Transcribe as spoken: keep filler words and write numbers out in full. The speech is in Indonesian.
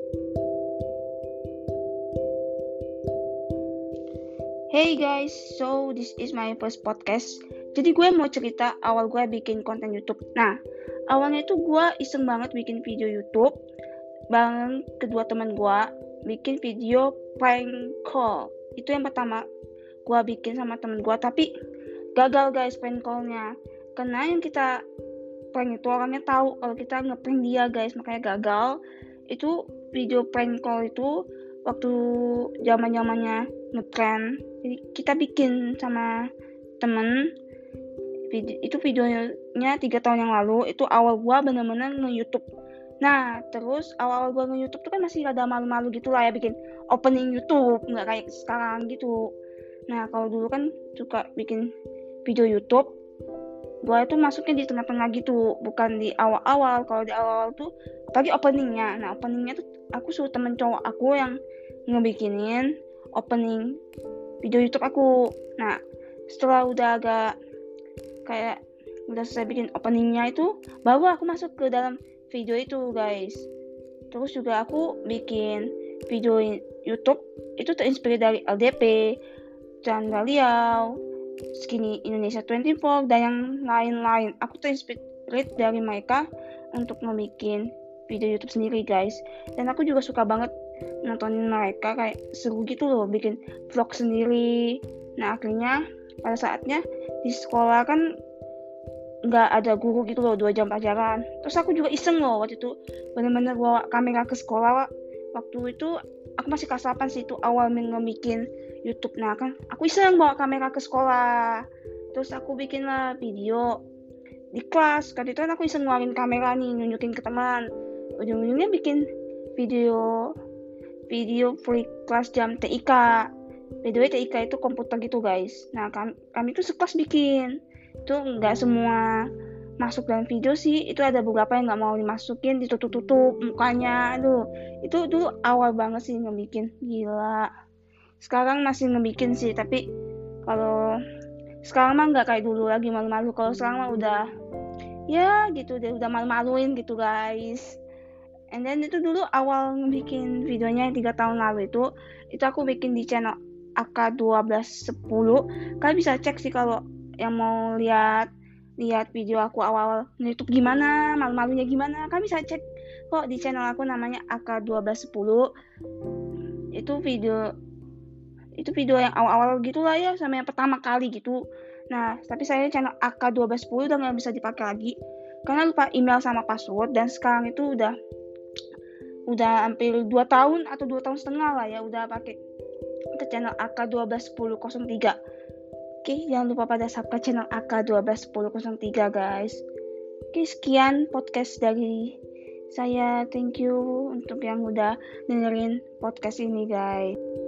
Hey guys, so this is my first podcast. Jadi gue mau cerita awal gue bikin konten YouTube. Nah, awalnya itu gue iseng banget bikin video YouTube bareng kedua teman gue, bikin video prank call. Itu yang pertama gue bikin sama temen gue, tapi gagal guys prank callnya. Karena yang kita prank itu orangnya tahu kalau kita ngeprank dia guys, makanya gagal. Itu video prank call itu waktu zaman-zamannya ngetrend. Jadi kita bikin sama temen video, itu videonya tiga tahun yang lalu. Itu awal gua bener-bener nge-YouTube. Nah terus awal-awal gua nge-YouTube tuh kan masih ada malu-malu gitu lah ya bikin opening YouTube, nggak kayak sekarang gitu. Nah kalau dulu kan suka bikin video YouTube, gua itu masuknya di tengah-tengah gitu, bukan di awal-awal. Kalau di awal tuh apalagi openingnya. Nah openingnya tuh aku suruh temen cowok aku yang ngebikinin opening video YouTube aku. Nah setelah udah agak kayak udah selesai bikin openingnya itu, baru aku masuk ke dalam video itu guys. Terus juga aku bikin video YouTube itu terinspirasi dari L D P, Chandra Liao, Skinny Indonesia dua puluh empat, dan yang lain-lain. Aku terinspirasi dari mereka untuk ngebikin video YouTube sendiri guys. Dan aku juga suka banget nontonin mereka, kayak seru gitu loh bikin vlog sendiri. Nah akhirnya pada saatnya di sekolah kan nggak ada guru gitu loh, dua jam pelajaran. Terus aku juga iseng loh waktu itu, bener-bener bawa kamera ke sekolah. Waktu itu aku masih kelas delapan sih, itu awal ngebikin YouTube. Nah kan aku iseng bawa kamera ke sekolah, terus aku bikin lah video di kelas. Kan itu kan aku iseng ngeluarin kamera nih, nunjukin ke teman. Ujung-ujungnya bikin video video free kelas jam T I K. By the way T I K itu komputer gitu guys. Nah kami, kami itu sekelas bikin. Itu nggak semua masuk dalam video sih. Itu ada beberapa yang nggak mau dimasukin, ditutup-tutup mukanya. Aduh, itu dulu awal banget sih ngebikin. Gila. Sekarang masih ngebikin sih, tapi kalau sekarang mah nggak kayak dulu lagi malu-malu. Kalau sekarang mah udah ya gitu deh, udah malu-maluin gitu guys. And then itu dulu awal bikin videonya tiga tahun lalu itu, itu aku bikin di channel A K satu dua satu nol. Kalian bisa cek sih kalau yang mau lihat lihat video aku awal YouTube gimana, malu-malunya gimana. Kalian bisa cek kok di channel aku namanya A K satu dua satu nol. Itu video itu video yang awal-awal gitulah ya, sama yang pertama kali gitu. Nah, tapi saya channel A K satu dua satu nol udah nggak bisa dipakai lagi karena lupa email sama password. Dan sekarang itu udah udah hampir dua tahun atau dua tahun setengah lah ya udah pakai ke channel A K satu dua satu nol nol tiga. Oke, jangan lupa pada subscribe channel A K satu dua satu nol nol tiga guys. Oke, sekian podcast dari saya. Thank you untuk yang udah dengerin podcast ini guys.